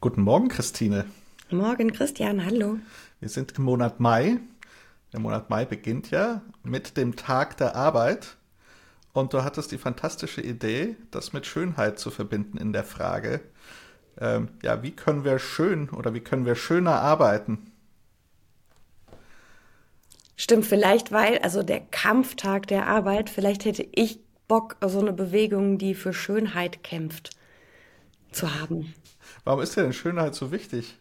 Guten Morgen, Christine. Morgen, Christian, hallo. Wir sind im Monat Mai. Der Monat Mai beginnt ja mit dem Tag der Arbeit. Und du hattest die fantastische Idee, das mit Schönheit zu verbinden in der Frage, ja, wie können wir schön oder wie können wir schöner arbeiten? Stimmt, vielleicht also der Kampftag der Arbeit, vielleicht hätte ich Bock, so eine Bewegung, die für Schönheit kämpft, zu haben. Warum ist dir denn Schönheit so wichtig?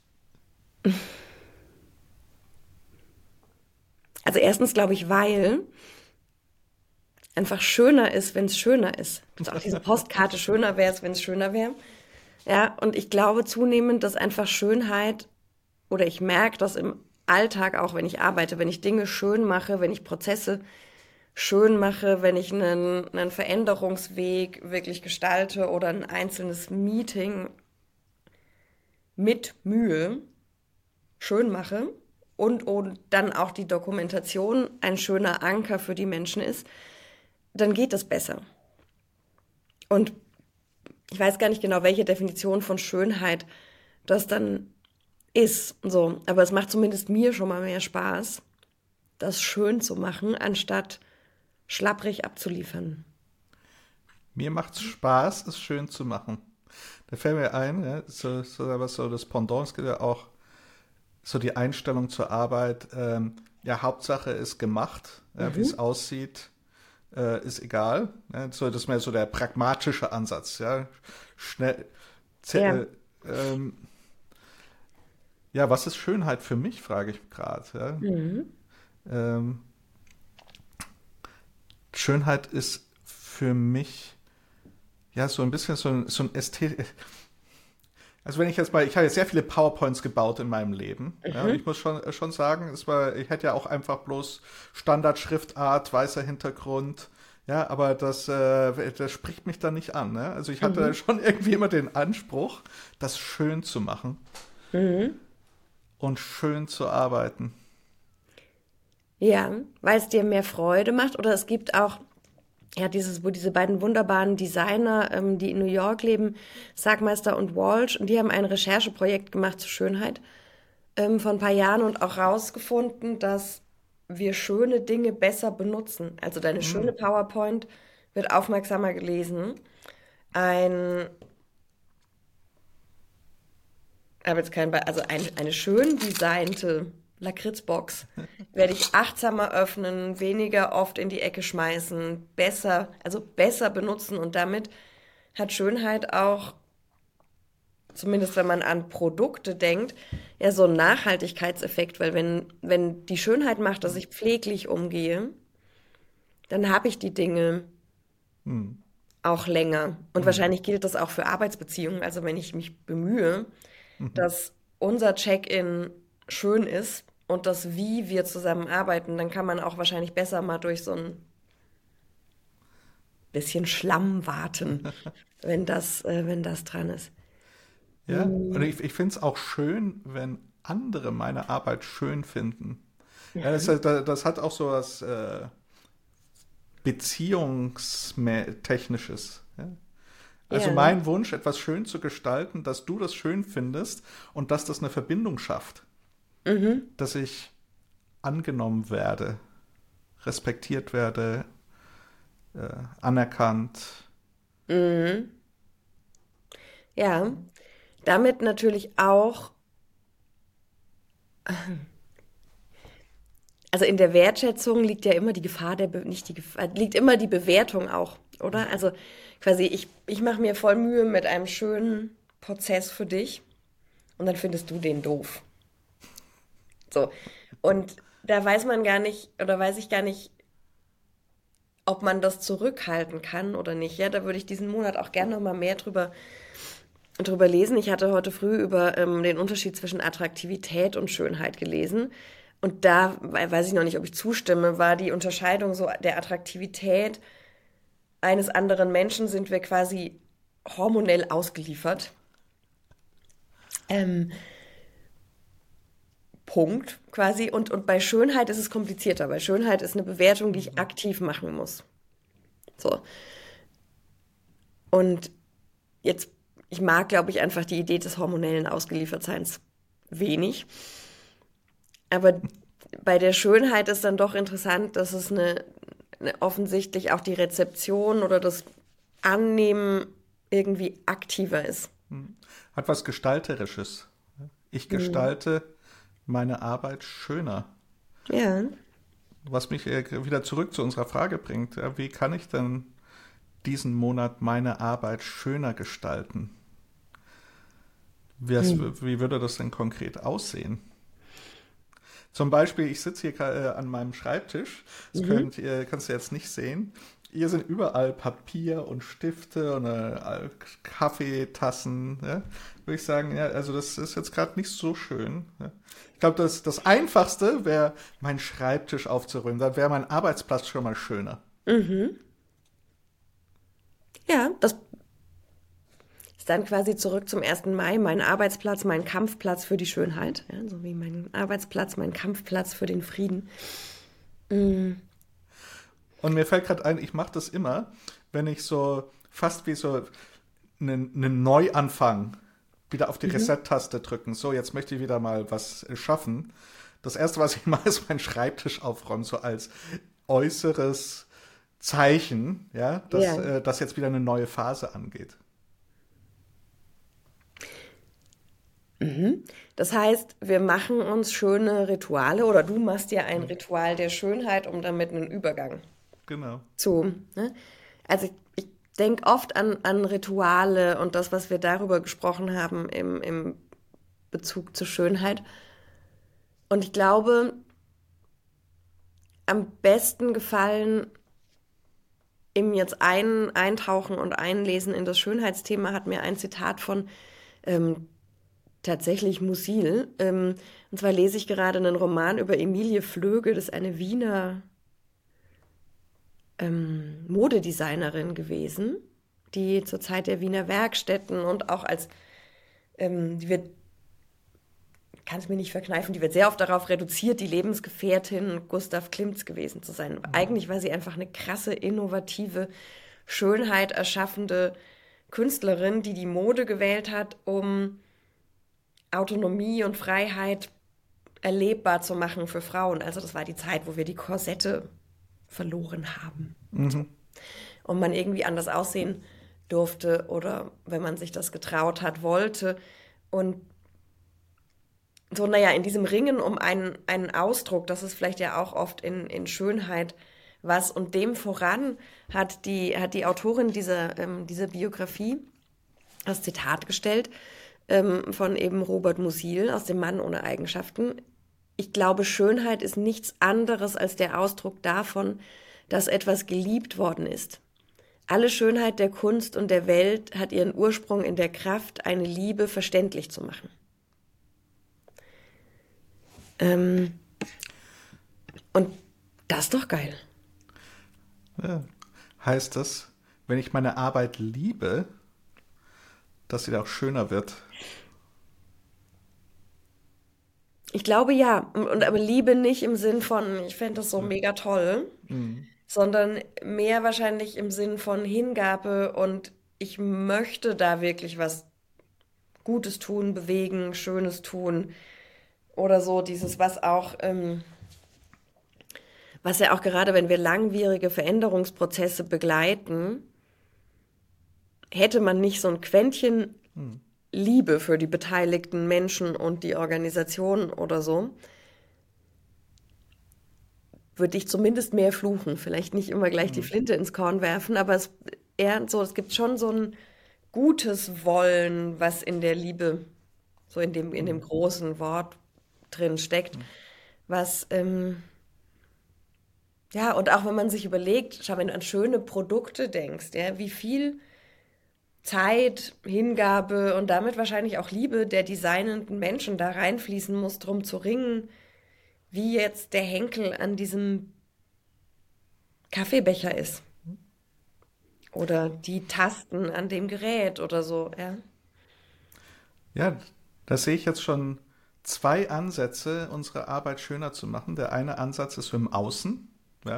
Also erstens glaube ich, weil einfach schöner ist, wenn es schöner ist. Also auch diese Postkarte schöner wäre es, wenn es schöner wäre. Ja, und ich glaube zunehmend, dass einfach Schönheit, oder ich merke das im Alltag auch, wenn ich arbeite, wenn ich Dinge schön mache, wenn ich Prozesse schön mache, wenn ich einen Veränderungsweg wirklich gestalte oder ein einzelnes Meeting mit Mühe schön mache und dann auch die Dokumentation ein schöner Anker für die Menschen ist, dann geht es besser. Und ich weiß gar nicht genau, welche Definition von Schönheit das dann ist, so, aber es macht zumindest mir schon mal mehr Spaß, das schön zu machen, anstatt schlapprig abzuliefern. Mir macht's Spaß, es schön zu machen. Da fällt mir ein, ja, so das Pendant, es gibt ja auch so die Einstellung zur Arbeit, ja, Hauptsache ist gemacht, ja, wie es Mhm. aussieht, ist egal. Ja, so, das ist mehr so der pragmatische Ansatz, ja. Schnell, Ja. ze- ja, was ist Schönheit für mich, frage ich gerade. Ja. Mhm. Ähm, Schönheit ist für mich ja so ein bisschen so ein Ästhet. Also wenn ich jetzt mal, ich habe jetzt sehr viele PowerPoints gebaut in meinem Leben, ja, und ich Mhm. muss schon sagen, ich hätte ja auch einfach bloß Standardschriftart, weißer Hintergrund, ja, aber das spricht mich da nicht an, ne? Also ich hatte Mhm. schon irgendwie immer den Anspruch, das schön zu machen Mhm. und schön zu arbeiten. Ja, weil es dir mehr Freude macht. Oder es gibt auch, ja, wo diese beiden wunderbaren Designer, die in New York leben, Sackmeister und Walsh, und die haben ein Rechercheprojekt gemacht zur Schönheit, vor ein paar Jahren und auch rausgefunden, dass wir schöne Dinge besser benutzen. Also deine Hm. schöne PowerPoint wird aufmerksamer gelesen. Ein, habe jetzt kein Be also eine schön designte Lakritzbox werde ich achtsamer öffnen, weniger oft in die Ecke schmeißen, also besser benutzen, und damit hat Schönheit auch, zumindest wenn man an Produkte denkt, ja so einen Nachhaltigkeitseffekt, weil wenn die Schönheit macht, dass ich pfleglich umgehe, dann habe ich die Dinge Hm. auch länger. Und Hm. wahrscheinlich gilt das auch für Arbeitsbeziehungen. Also wenn ich mich bemühe, Mhm. dass unser Check-in schön ist und das, wie wir zusammenarbeiten, dann kann man auch wahrscheinlich besser mal durch so ein bisschen Schlamm warten, wenn das dran ist. Ja, und Mhm. ich finde es auch schön, wenn andere meine Arbeit schön finden. Ja, Mhm. das hat auch so was Beziehungstechnisches. Ja? Also Ja. mein Wunsch, etwas schön zu gestalten, dass du das schön findest und dass das eine Verbindung schafft, Mhm. dass ich angenommen werde, respektiert werde, anerkannt. Mhm. Ja. Damit natürlich auch, also in der Wertschätzung liegt ja immer die Gefahr nicht die Gefahr, liegt immer die Bewertung auch, oder? Also quasi, ich mache mir voll Mühe mit einem schönen Prozess für dich und dann findest du den doof. So. Und da weiß man gar nicht, oder weiß ich gar nicht, ob man das zurückhalten kann oder nicht. Ja, da würde ich diesen Monat auch gerne noch mal mehr drüber lesen. Ich hatte heute früh über den Unterschied zwischen Attraktivität und Schönheit gelesen. Und da weiß ich noch nicht, ob ich zustimme, war die Unterscheidung so der Attraktivität eines anderen Menschen sind wir quasi hormonell ausgeliefert. Ähm, Punkt quasi. Und bei Schönheit ist es komplizierter. Bei Schönheit ist eine Bewertung, die ich Mhm. aktiv machen muss. So. Und jetzt ich mag, glaube ich, einfach die Idee des hormonellen Ausgeliefertseins wenig. Aber bei der Schönheit ist dann doch interessant, dass es offensichtlich auch die Rezeption oder das Annehmen irgendwie aktiver ist. Hat was Gestalterisches. Ich gestalte meine Arbeit schöner. Ja. Was mich wieder zurück zu unserer Frage bringt. Ja, wie kann ich denn diesen Monat meine Arbeit schöner gestalten? Wie würde das denn konkret aussehen? Zum Beispiel, ich sitze hier an meinem Schreibtisch, das kannst du jetzt nicht sehen. Hier sind überall Papier und Stifte und Kaffeetassen. Ja? Würde ich sagen, ja, also das ist jetzt gerade nicht so schön. Ja? Ich glaube, das Einfachste wäre, meinen Schreibtisch aufzuräumen. Dann wäre mein Arbeitsplatz schon mal schöner. Ja, das ist dann quasi zurück zum 1. Mai, mein Arbeitsplatz, mein Kampfplatz für die Schönheit. Ja, so wie mein Arbeitsplatz, mein Kampfplatz für den Frieden. Und mir fällt gerade ein, ich mache das immer, wenn ich so fast wie so einen Neuanfang wieder auf die Reset-Taste drücken. So, jetzt möchte ich wieder mal was schaffen. Das Erste, was ich mache, ist meinen Schreibtisch aufräumen, so als äußeres Zeichen, ja, dass jetzt wieder eine neue Phase angeht. Das heißt, wir machen uns schöne Rituale oder du machst dir ein Ritual der Schönheit, um damit einen Übergang Genau. ne? Also ich denke oft an Rituale und das, was wir darüber gesprochen haben im Bezug zur Schönheit. Und ich glaube, am besten gefallen im jetzt Eintauchen und Einlesen in das Schönheitsthema hat mir ein Zitat von tatsächlich Musil. Und zwar lese ich gerade einen Roman über Emilie Flöge, das ist eine Wiener Modedesignerin gewesen, die zur Zeit der Wiener Werkstätten und auch als, kann es mir nicht verkneifen, die wird sehr oft darauf reduziert, die Lebensgefährtin Gustav Klimts gewesen zu sein. Eigentlich war sie einfach eine krasse, innovative, Schönheit erschaffende Künstlerin, die die Mode gewählt hat, um Autonomie und Freiheit erlebbar zu machen für Frauen. Also das war die Zeit, wo wir die Korsette verloren haben. Und man irgendwie anders aussehen durfte oder wenn man sich das getraut hat, wollte. Und so, naja, in diesem Ringen um einen Ausdruck, das ist vielleicht ja auch oft in Schönheit was. Und dem voran hat die Autorin dieser Biografie das Zitat gestellt, von eben Robert Musil aus dem Mann ohne Eigenschaften. Ich glaube, Schönheit ist nichts anderes als der Ausdruck davon, dass etwas geliebt worden ist. Alle Schönheit der Kunst und der Welt hat ihren Ursprung in der Kraft, eine Liebe verständlich zu machen. Und das ist doch geil. Ja. Heißt das, wenn ich meine Arbeit liebe, dass sie auch schöner wird? Ich glaube ja, aber Liebe nicht im Sinn von, ich fände das so mega toll, sondern mehr wahrscheinlich im Sinn von Hingabe und ich möchte da wirklich was Gutes tun, bewegen, Schönes tun oder so, dieses was auch, was ja auch gerade, wenn wir langwierige Veränderungsprozesse begleiten, hätte man nicht so ein Quäntchen Liebe für die beteiligten Menschen und die Organisation oder so, würde ich zumindest mehr fluchen. Vielleicht nicht immer gleich die Flinte ins Korn werfen, aber es gibt schon so ein gutes Wollen, was in der Liebe, so in dem großen Wort drin steckt, was, ja, und auch wenn man sich überlegt, schau, wenn du an schöne Produkte denkst, ja, wie viel Zeit, Hingabe und damit wahrscheinlich auch Liebe der designenden Menschen da reinfließen muss, drum zu ringen, wie jetzt der Henkel an diesem Kaffeebecher ist. Oder die Tasten an dem Gerät oder so, ja. Ja, da sehe ich jetzt schon 2 Ansätze, unsere Arbeit schöner zu machen. Der eine Ansatz ist im Außen. Ja,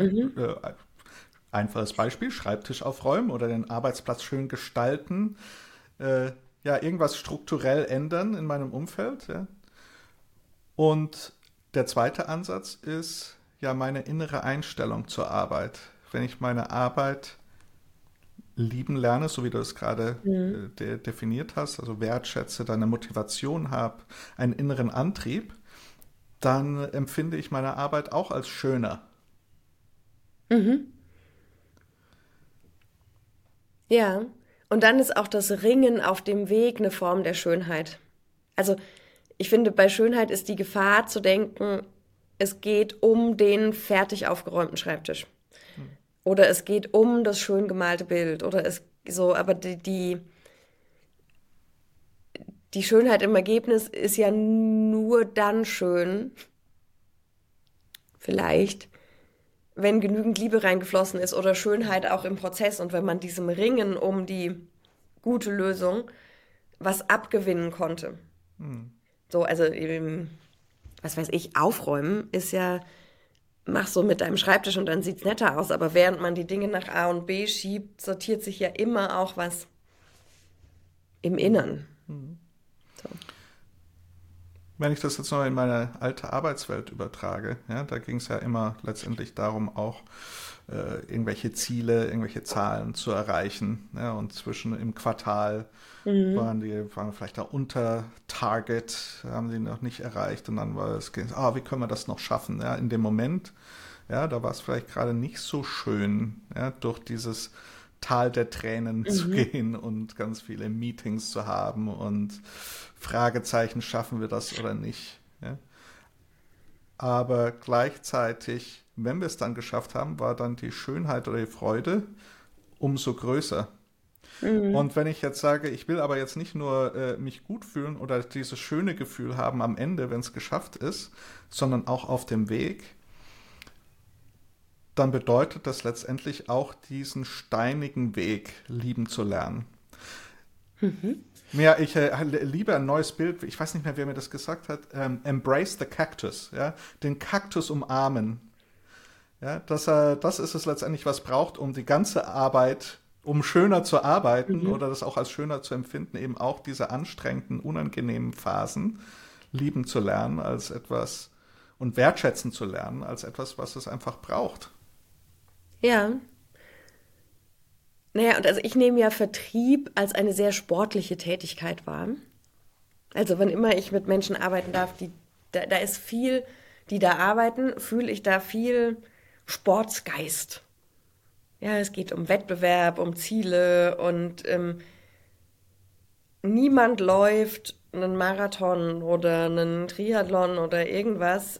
einfaches Beispiel, Schreibtisch aufräumen oder den Arbeitsplatz schön gestalten. ja, irgendwas strukturell ändern in meinem Umfeld. Ja. Und der zweite Ansatz ist ja meine innere Einstellung zur Arbeit. Wenn ich meine Arbeit lieben lerne, so wie du es gerade Mhm. definiert hast, also wertschätze, deine Motivation habe, einen inneren Antrieb, dann empfinde ich meine Arbeit auch als schöner. Mhm. Ja. Und dann ist auch das Ringen auf dem Weg eine Form der Schönheit. Also ich finde, bei Schönheit ist die Gefahr zu denken, es geht um den fertig aufgeräumten Schreibtisch. Hm. Oder es geht um das schön gemalte Bild. Oder es so, aber die Schönheit im Ergebnis ist ja nur dann schön, vielleicht, wenn genügend Liebe reingeflossen ist oder Schönheit auch im Prozess und wenn man diesem Ringen um die gute Lösung was abgewinnen konnte. Hm. So, also, was weiß ich, aufräumen ist ja, mach so mit deinem Schreibtisch und dann sieht's netter aus, aber während man die Dinge nach A und B schiebt, sortiert sich ja immer auch was im Hm. Innern. Hm. So. Wenn ich das jetzt noch in meine alte Arbeitswelt übertrage, ja, da ging es ja immer letztendlich darum, auch irgendwelche Ziele, irgendwelche Zahlen zu erreichen. Ja, und zwischen im Quartal Mhm. waren vielleicht da unter Target, haben sie noch nicht erreicht. Und dann war es, wie können wir das noch schaffen? Ja, in dem Moment, ja, da war es vielleicht gerade nicht so schön, ja, durch dieses Tal der Tränen zu Mhm. gehen und ganz viele Meetings zu haben und Fragezeichen, schaffen wir das oder nicht. Ja? Aber gleichzeitig, wenn wir es dann geschafft haben, war dann die Schönheit oder die Freude umso größer. Mhm. Und wenn ich jetzt sage, ich will aber jetzt nicht nur mich gut fühlen oder dieses schöne Gefühl haben am Ende, wenn es geschafft ist, sondern auch auf dem Weg, dann bedeutet das letztendlich auch diesen steinigen Weg lieben zu lernen. Mhm. Ja, ich liebe ein neues Bild. Ich weiß nicht mehr, wer mir das gesagt hat. Embrace the Cactus. Ja? Den Kaktus umarmen. Ja? Das ist es letztendlich, was braucht, um die ganze Arbeit, um schöner zu arbeiten Mhm. oder das auch als schöner zu empfinden, eben auch diese anstrengenden, unangenehmen Phasen lieben zu lernen als etwas und wertschätzen zu lernen als etwas, was es einfach braucht. Ja. Naja, und also ich nehme ja Vertrieb als eine sehr sportliche Tätigkeit wahr. Also wann immer ich mit Menschen arbeiten darf, da ist viel, die da arbeiten, fühle ich da viel Sportsgeist. Ja, es geht um Wettbewerb, um Ziele und niemand läuft einen Marathon oder einen Triathlon oder irgendwas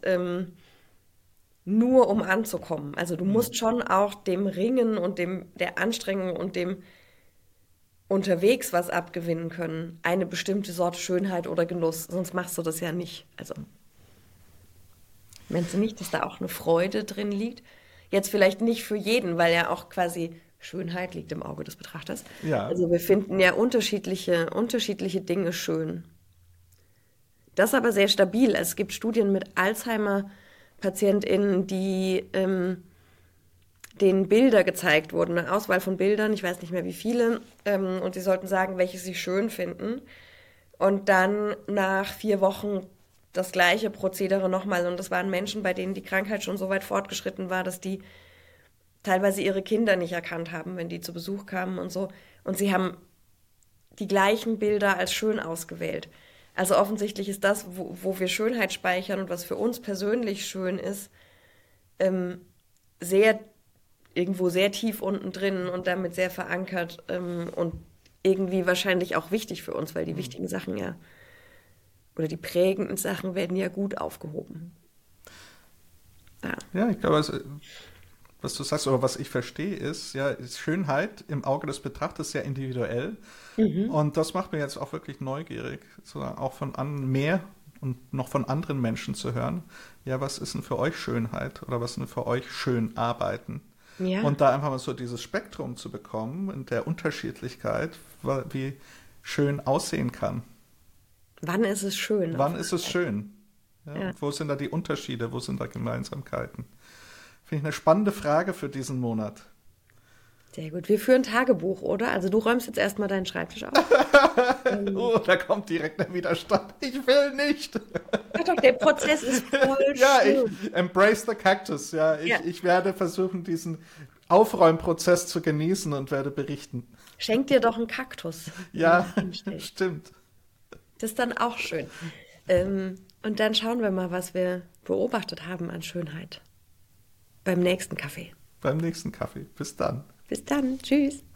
nur um anzukommen. Also du Hm. musst schon auch dem Ringen und der Anstrengung und dem unterwegs was abgewinnen können. Eine bestimmte Sorte Schönheit oder Genuss, sonst machst du das ja nicht. Also meinst du nicht, dass da auch eine Freude drin liegt? Jetzt vielleicht nicht für jeden, weil ja auch quasi Schönheit liegt im Auge des Betrachters. Ja. Also wir finden ja unterschiedliche Dinge schön. Das ist aber sehr stabil. Es gibt Studien mit Alzheimer-PatientInnen, die denen Bilder gezeigt wurden, eine Auswahl von Bildern, ich weiß nicht mehr wie viele, und sie sollten sagen, welche sie schön finden. Und dann nach 4 Wochen das gleiche Prozedere nochmal. Und das waren Menschen, bei denen die Krankheit schon so weit fortgeschritten war, dass die teilweise ihre Kinder nicht erkannt haben, wenn die zu Besuch kamen und so. Und sie haben die gleichen Bilder als schön ausgewählt. Also offensichtlich ist das, wo wir Schönheit speichern und was für uns persönlich schön ist, sehr irgendwo sehr tief unten drin und damit sehr verankert und irgendwie wahrscheinlich auch wichtig für uns, weil die Hm. wichtigen Sachen ja oder die prägenden Sachen werden ja gut aufgehoben. Ja. Ja, ich glaube, was du sagst, oder was ich verstehe, ist, ja, ist Schönheit im Auge des Betrachters sehr individuell. Mhm. Und das macht mir jetzt auch wirklich neugierig, sozusagen auch mehr und noch von anderen Menschen zu hören. Ja, was ist denn für euch Schönheit oder was ist denn für euch schön arbeiten? Ja. Und da einfach mal so dieses Spektrum zu bekommen in der Unterschiedlichkeit, wie schön aussehen kann. Wann ist es schön Wann auf ist es Arbeit? schön? Ja, Ja. und wo sind da die Unterschiede? Wo sind da Gemeinsamkeiten? Finde ich eine spannende Frage für diesen Monat. Sehr gut. Wir führen Tagebuch, oder? Also du räumst jetzt erstmal deinen Schreibtisch auf. Oh, da kommt direkt der Widerstand. Ich will nicht. Ja, doch, der Prozess ist voll Ja, schön. ich embrace the cactus. Ja, Ja. ich werde versuchen, diesen Aufräumprozess zu genießen und werde berichten. Schenk dir doch einen Kaktus. Ja, Hinstellst. stimmt. Das ist dann auch schön. Und dann schauen wir mal, was wir beobachtet haben an Schönheit beim nächsten Kaffee. Beim nächsten Kaffee. Bis dann. Bis dann. Tschüss.